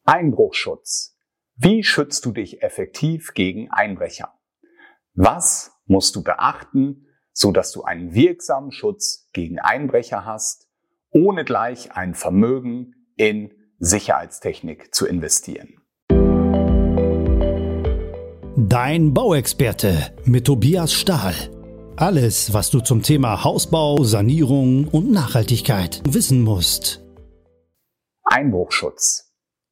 Einbruchschutz. Wie schützt du dich effektiv gegen Einbrecher? Was musst du beachten, sodass du einen wirksamen Schutz gegen Einbrecher hast, ohne gleich ein Vermögen in Sicherheitstechnik zu investieren? Dein Bauexperte mit Tobias Stahl. Alles, was du zum Thema Hausbau, Sanierung und Nachhaltigkeit wissen musst. Einbruchschutz.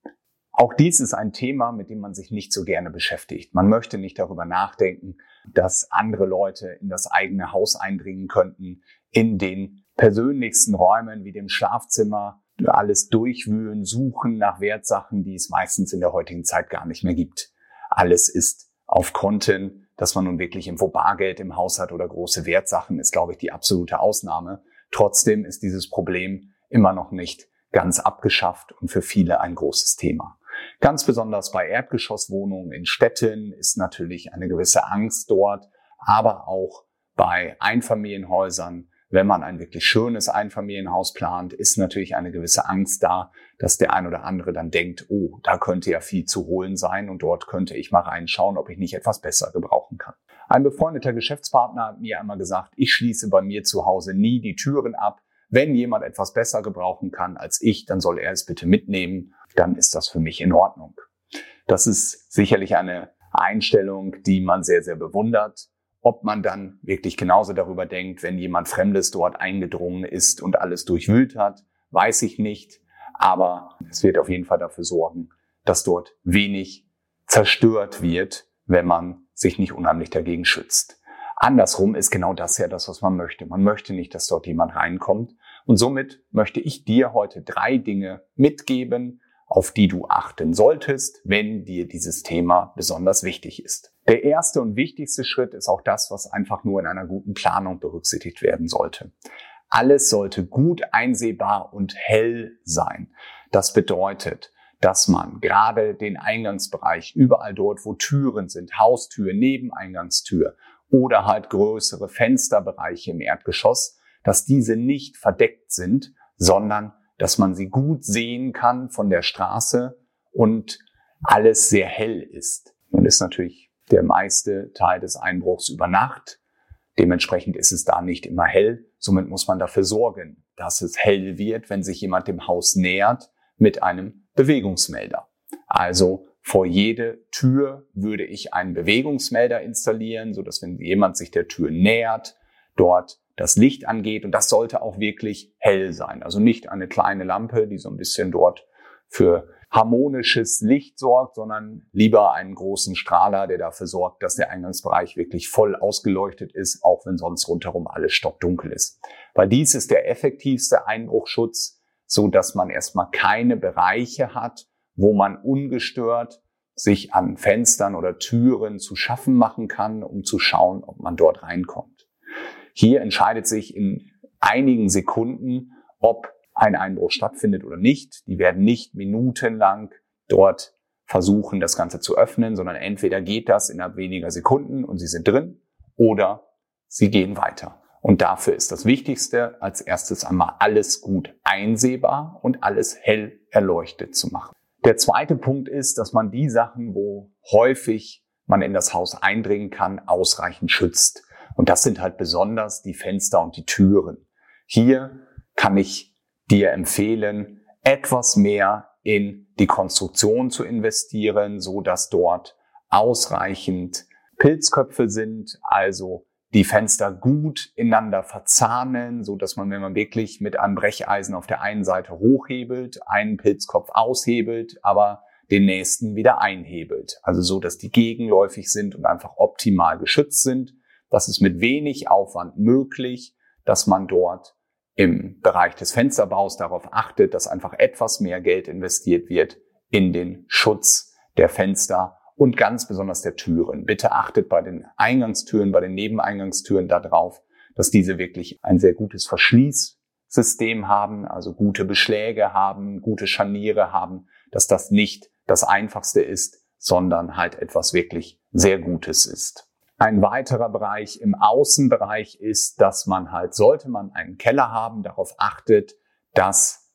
Auch dies ist ein Thema, mit dem man sich nicht so gerne beschäftigt. Man möchte nicht darüber nachdenken, dass andere Leute in das eigene Haus eindringen könnten, in den persönlichsten Räumen wie dem Schlafzimmer, alles durchwühlen, suchen nach Wertsachen, die es meistens in der heutigen Zeit gar nicht mehr gibt. Alles ist auf Konten, dass man nun wirklich irgendwo Bargeld im Haus hat oder große Wertsachen, ist, glaube ich, die absolute Ausnahme. Trotzdem ist dieses Problem immer noch nicht ganz abgeschafft und für viele ein großes Thema. Ganz besonders bei Erdgeschosswohnungen in Städten ist natürlich eine gewisse Angst dort, aber auch bei Einfamilienhäusern, wenn man ein wirklich schönes Einfamilienhaus plant, ist natürlich eine gewisse Angst da, dass der ein oder andere dann denkt, oh, da könnte ja viel zu holen sein und dort könnte ich mal reinschauen, ob ich nicht etwas besser gebrauchen kann. Ein befreundeter Geschäftspartner hat mir einmal gesagt, ich schließe bei mir zu Hause nie die Türen ab. Wenn jemand etwas besser gebrauchen kann als ich, dann soll er es bitte mitnehmen. Dann ist das für mich in Ordnung. Das ist sicherlich eine Einstellung, die man sehr, sehr bewundert. Ob man dann wirklich genauso darüber denkt, wenn jemand Fremdes dort eingedrungen ist und alles durchwühlt hat, weiß ich nicht. Aber es wird auf jeden Fall dafür sorgen, dass dort wenig zerstört wird, wenn man sich nicht unheimlich dagegen schützt. Andersrum ist genau das ja das, was man möchte. Man möchte nicht, dass dort jemand reinkommt. Und somit möchte ich dir heute 3 Dinge mitgeben, auf die du achten solltest, wenn dir dieses Thema besonders wichtig ist. Der erste und wichtigste Schritt ist auch das, was einfach nur in einer guten Planung berücksichtigt werden sollte. Alles sollte gut einsehbar und hell sein. Das bedeutet, dass man gerade den Eingangsbereich, überall dort, wo Türen sind, Haustür, Nebeneingangstür oder halt größere Fensterbereiche im Erdgeschoss, dass diese nicht verdeckt sind, sondern dass man sie gut sehen kann von der Straße und alles sehr hell ist. Nun ist natürlich der meiste Teil des Einbruchs über Nacht. Dementsprechend ist es da nicht immer hell. Somit muss man dafür sorgen, dass es hell wird, wenn sich jemand dem Haus nähert mit einem Bewegungsmelder. Also vor jede Tür würde ich einen Bewegungsmelder installieren, sodass wenn jemand sich der Tür nähert, dort das Licht angeht und das sollte auch wirklich hell sein. Also nicht eine kleine Lampe, die so ein bisschen dort für harmonisches Licht sorgt, sondern lieber einen großen Strahler, der dafür sorgt, dass der Eingangsbereich wirklich voll ausgeleuchtet ist, auch wenn sonst rundherum alles stockdunkel ist. Weil dies ist der effektivste Einbruchschutz, so dass man erstmal keine Bereiche hat, wo man ungestört sich an Fenstern oder Türen zu schaffen machen kann, um zu schauen, ob man dort reinkommt. Hier entscheidet sich in einigen Sekunden, ob ein Einbruch stattfindet oder nicht. Die werden nicht minutenlang dort versuchen, das Ganze zu öffnen, sondern entweder geht das innerhalb weniger Sekunden und sie sind drin oder sie gehen weiter. Und dafür ist das Wichtigste, als erstes einmal alles gut einsehbar und alles hell erleuchtet zu machen. Der zweite Punkt ist, dass man die Sachen, wo häufig man in das Haus eindringen kann, ausreichend schützt. Und das sind halt besonders die Fenster und die Türen. Hier kann ich dir empfehlen, etwas mehr in die Konstruktion zu investieren, so dass dort ausreichend Pilzköpfe sind, also die Fenster gut ineinander verzahnen, so dass man, wenn man wirklich mit einem Brecheisen auf der einen Seite hochhebelt, einen Pilzkopf aushebelt, aber den nächsten wieder einhebelt. Also so, dass die gegenläufig sind und einfach optimal geschützt sind. Das ist mit wenig Aufwand möglich, dass man dort im Bereich des Fensterbaus darauf achtet, dass einfach etwas mehr Geld investiert wird in den Schutz der Fenster und ganz besonders der Türen. Bitte achtet bei den Eingangstüren, bei den Nebeneingangstüren darauf, dass diese wirklich ein sehr gutes Verschließsystem haben, also gute Beschläge haben, gute Scharniere haben, dass das nicht das Einfachste ist, sondern halt etwas wirklich sehr Gutes ist. Ein weiterer Bereich im Außenbereich ist, dass man halt, sollte man einen Keller haben, darauf achtet, dass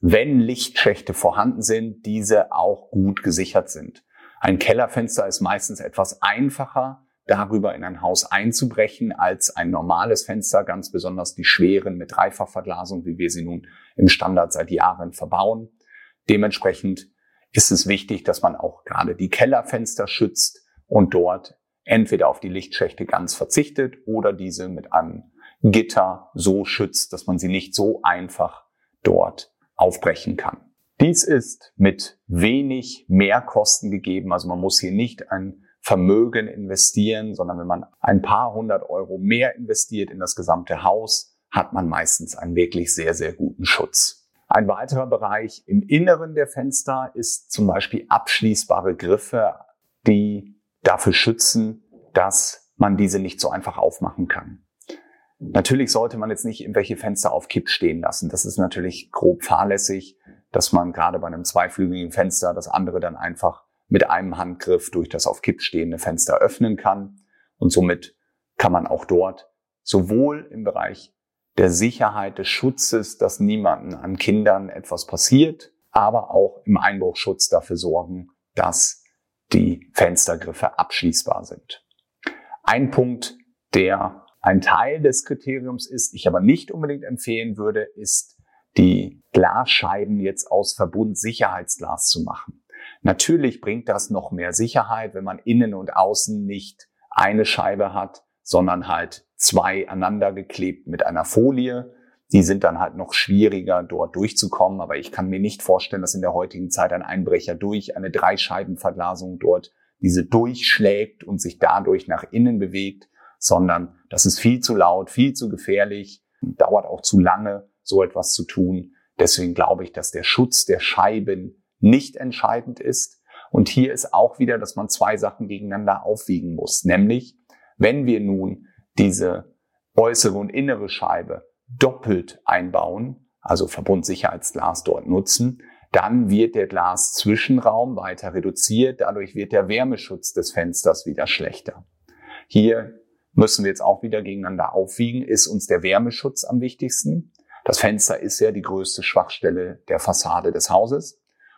wenn Lichtschächte vorhanden sind, diese auch gut gesichert sind. Ein Kellerfenster ist meistens etwas einfacher, darüber in ein Haus einzubrechen, als ein normales Fenster, ganz besonders die schweren mit Dreifachverglasung, wie wir sie nun im Standard seit Jahren verbauen. Dementsprechend ist es wichtig, dass man auch gerade die Kellerfenster schützt und dort entweder auf die Lichtschächte ganz verzichtet oder diese mit einem Gitter so schützt, dass man sie nicht so einfach dort aufbrechen kann. Dies ist mit wenig Mehrkosten gegeben, also man muss hier nicht ein Vermögen investieren, sondern wenn man ein paar hundert Euro mehr investiert in das gesamte Haus, hat man meistens einen wirklich sehr, sehr guten Schutz. Ein weiterer Bereich im Inneren der Fenster ist zum Beispiel abschließbare Griffe, die dafür schützen, dass man diese nicht so einfach aufmachen kann. Natürlich sollte man jetzt nicht irgendwelche Fenster auf Kipp stehen lassen. Das ist natürlich grob fahrlässig, dass man gerade bei einem zweiflügeligen Fenster das andere dann einfach mit einem Handgriff durch das auf Kipp stehende Fenster öffnen kann. Und somit kann man auch dort sowohl im Bereich der Sicherheit, des Schutzes, dass niemandem an Kindern etwas passiert, aber auch im Einbruchschutz dafür sorgen, dass die Fenstergriffe abschließbar sind. Ein Punkt, der ein Teil des Kriteriums ist, ich aber nicht unbedingt empfehlen würde, ist, die Glasscheiben jetzt aus Verbundsicherheitsglas zu machen. Natürlich bringt das noch mehr Sicherheit, wenn man innen und außen nicht eine Scheibe hat, sondern halt zwei aneinander geklebt mit einer Folie. Die sind dann halt noch schwieriger, dort durchzukommen. Aber ich kann mir nicht vorstellen, dass in der heutigen Zeit ein Einbrecher durch eine Dreischeibenverglasung dort diese durchschlägt und sich dadurch nach innen bewegt, sondern das ist viel zu laut, viel zu gefährlich, dauert auch zu lange, so etwas zu tun. Deswegen glaube ich, dass der Schutz der Scheiben nicht entscheidend ist. Und hier ist auch wieder, dass man zwei Sachen gegeneinander aufwiegen muss. Nämlich, wenn wir nun diese äußere und innere Scheibe doppelt einbauen, also Verbundsicherheitsglas dort nutzen, dann wird der Glaszwischenraum weiter reduziert. Dadurch wird der Wärmeschutz des Fensters wieder schlechter. Hier müssen wir jetzt auch wieder gegeneinander aufwiegen. Ist uns der Wärmeschutz am wichtigsten? Das Fenster ist ja die größte Schwachstelle der Fassade des Hauses.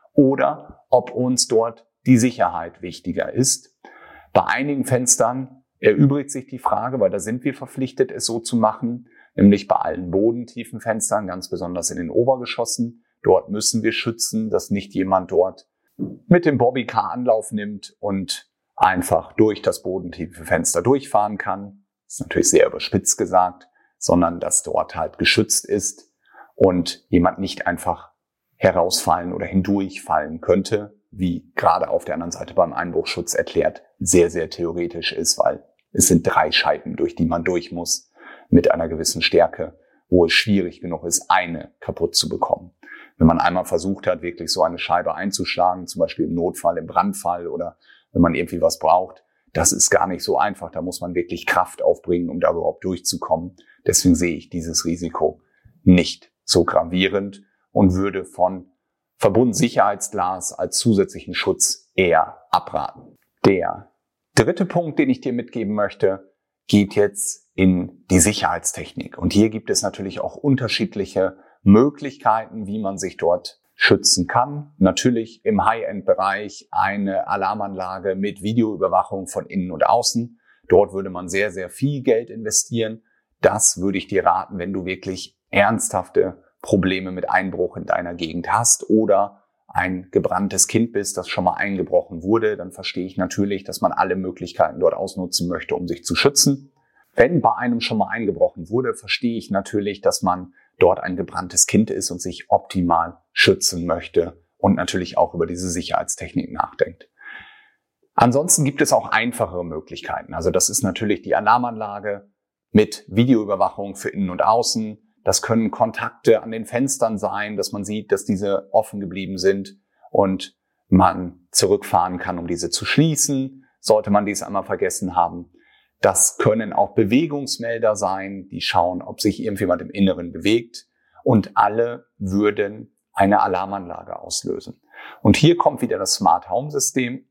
Oder ob uns dort die Sicherheit wichtiger ist. Bei einigen Fenstern erübrigt sich die Frage, weil da sind wir verpflichtet, es so zu machen, nämlich bei allen bodentiefen Fenstern, ganz besonders in den Obergeschossen. Dort müssen wir schützen, dass nicht jemand dort mit dem Bobbycar Anlauf nimmt und einfach durch das bodentiefe Fenster durchfahren kann. Das ist natürlich sehr überspitzt gesagt, sondern dass dort halt geschützt ist und jemand nicht einfach herausfallen oder hindurchfallen könnte, wie gerade auf der anderen Seite beim Einbruchschutz erklärt, sehr, sehr theoretisch ist, weil es sind 3 Scheiben, durch die man durch muss, mit einer gewissen Stärke, wo es schwierig genug ist, eine kaputt zu bekommen. Wenn man einmal versucht hat, wirklich so eine Scheibe einzuschlagen, zum Beispiel im Notfall, im Brandfall oder wenn man irgendwie was braucht, das ist gar nicht so einfach. Da muss man wirklich Kraft aufbringen, um da überhaupt durchzukommen. Deswegen sehe ich dieses Risiko nicht so gravierend und würde von Verbundsicherheitsglas als zusätzlichen Schutz eher abraten. Der dritte Punkt, den ich dir mitgeben möchte, geht jetzt in die Sicherheitstechnik. Und hier gibt es natürlich auch unterschiedliche Möglichkeiten, wie man sich dort schützen kann. Natürlich im High-End-Bereich eine Alarmanlage mit Videoüberwachung von innen und außen. Dort würde man sehr, sehr viel Geld investieren. Das würde ich dir raten, wenn du wirklich ernsthafte Probleme mit Einbruch in deiner Gegend hast oder ein gebranntes Kind bist, das schon mal eingebrochen wurde, dann verstehe ich natürlich, dass man alle Möglichkeiten dort ausnutzen möchte, um sich zu schützen. Wenn bei einem schon mal eingebrochen wurde, verstehe ich natürlich, dass man dort ein gebranntes Kind ist und sich optimal schützen möchte und natürlich auch über diese Sicherheitstechnik nachdenkt. Ansonsten gibt es auch einfachere Möglichkeiten. Also das ist natürlich die Alarmanlage mit Videoüberwachung für innen und außen. Das können Kontakte an den Fenstern sein, dass man sieht, dass diese offen geblieben sind und man zurückfahren kann, um diese zu schließen, sollte man dies einmal vergessen haben. Das können auch Bewegungsmelder sein, die schauen, ob sich irgendjemand im Inneren bewegt und alle würden eine Alarmanlage auslösen. Und hier kommt wieder das Smart Home System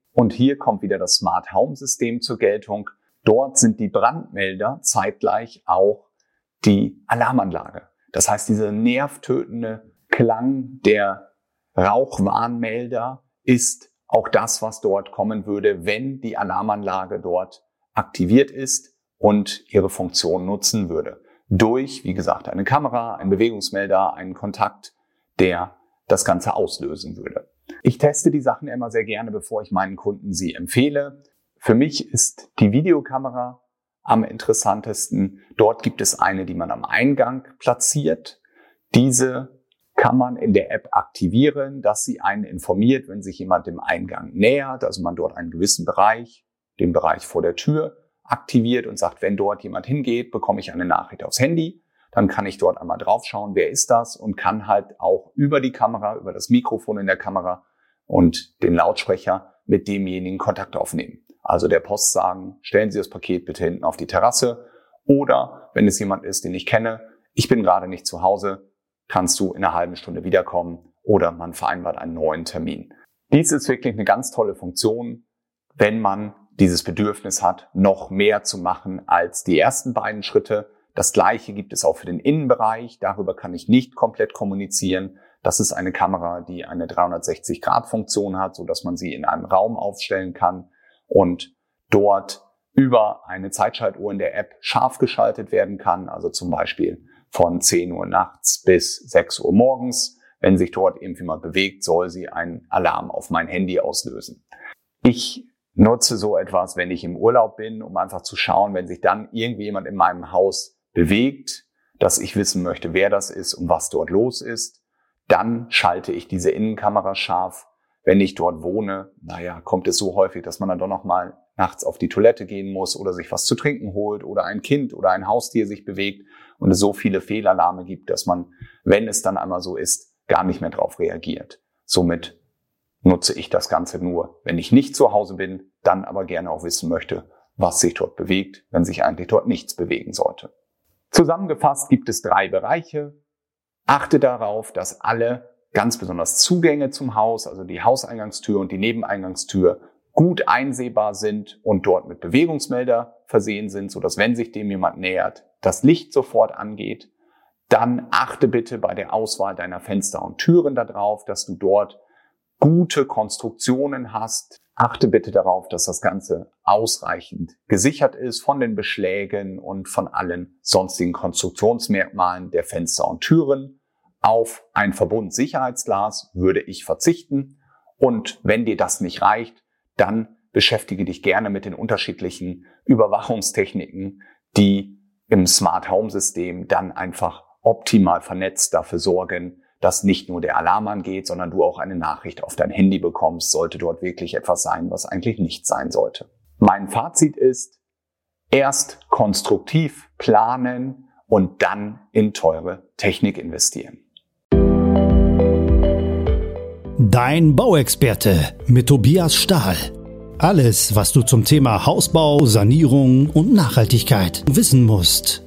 zur Geltung. Dort sind die Brandmelder zeitgleich auch die Alarmanlage. Das heißt, diese nervtötende Klang der Rauchwarnmelder ist auch das, was dort kommen würde, wenn die Alarmanlage dort aktiviert ist und ihre Funktion nutzen würde. Durch, wie gesagt, eine Kamera, einen Bewegungsmelder, einen Kontakt, der das Ganze auslösen würde. Ich teste die Sachen immer sehr gerne, bevor ich meinen Kunden sie empfehle. Für mich ist die Videokamera am interessantesten. Dort gibt es eine, die man am Eingang platziert. Diese kann man in der App aktivieren, dass sie einen informiert, wenn sich jemand dem Eingang nähert, also man dort einen gewissen Bereich, den Bereich vor der Tür, aktiviert und sagt, wenn dort jemand hingeht, bekomme ich eine Nachricht aufs Handy. Dann kann ich dort einmal drauf schauen, wer ist das, und kann halt auch über die Kamera, über das Mikrofon in der Kamera und den Lautsprecher mit demjenigen Kontakt aufnehmen. Also der Post sagen, stellen Sie das Paket bitte hinten auf die Terrasse, oder wenn es jemand ist, den ich kenne, ich bin gerade nicht zu Hause, kannst du in einer halben Stunde wiederkommen, oder man vereinbart einen neuen Termin. Dies ist wirklich eine ganz tolle Funktion, wenn man dieses Bedürfnis hat, noch mehr zu machen als die ersten beiden Schritte. Das Gleiche gibt es auch für den Innenbereich. Darüber kann ich nicht komplett kommunizieren. Das ist eine Kamera, die eine 360-Grad-Funktion hat, sodass man sie in einem Raum aufstellen kann und dort über eine Zeitschaltuhr in der App scharf geschaltet werden kann. Also zum Beispiel von 10 Uhr nachts bis 6 Uhr morgens. Wenn sich dort irgendjemand bewegt, soll sie einen Alarm auf mein Handy auslösen. Ich nutze so etwas, wenn ich im Urlaub bin, um einfach zu schauen, wenn sich dann irgendjemand in meinem Haus bewegt, dass ich wissen möchte, wer das ist und was dort los ist. Dann schalte ich diese Innenkamera scharf. Wenn ich dort wohne, kommt es so häufig, dass man dann doch noch mal nachts auf die Toilette gehen muss oder sich was zu trinken holt oder ein Kind oder ein Haustier sich bewegt und es so viele Fehlalarme gibt, dass man, wenn es dann einmal so ist, gar nicht mehr drauf reagiert. Somit nutze ich das Ganze nur, wenn ich nicht zu Hause bin, dann aber gerne auch wissen möchte, was sich dort bewegt, wenn sich eigentlich dort nichts bewegen sollte. Zusammengefasst gibt es 3 Bereiche. Achte darauf, dass alle, ganz besonders Zugänge zum Haus, also die Hauseingangstür und die Nebeneingangstür, gut einsehbar sind und dort mit Bewegungsmelder versehen sind, sodass, wenn sich dem jemand nähert, das Licht sofort angeht. Dann achte bitte bei der Auswahl deiner Fenster und Türen darauf, dass du dort gute Konstruktionen hast. Achte bitte darauf, dass das Ganze ausreichend gesichert ist von den Beschlägen und von allen sonstigen Konstruktionsmerkmalen der Fenster und Türen. Auf ein Verbundsicherheitsglas würde ich verzichten. Und wenn dir das nicht reicht, dann beschäftige dich gerne mit den unterschiedlichen Überwachungstechniken, die im Smart Home System dann einfach optimal vernetzt dafür sorgen, dass nicht nur der Alarm angeht, sondern du auch eine Nachricht auf dein Handy bekommst, sollte dort wirklich etwas sein, was eigentlich nicht sein sollte. Mein Fazit ist, erst konstruktiv planen und dann in teure Technik investieren. Dein Bauexperte mit Tobias Stahl. Alles, was du zum Thema Hausbau, Sanierung und Nachhaltigkeit wissen musst.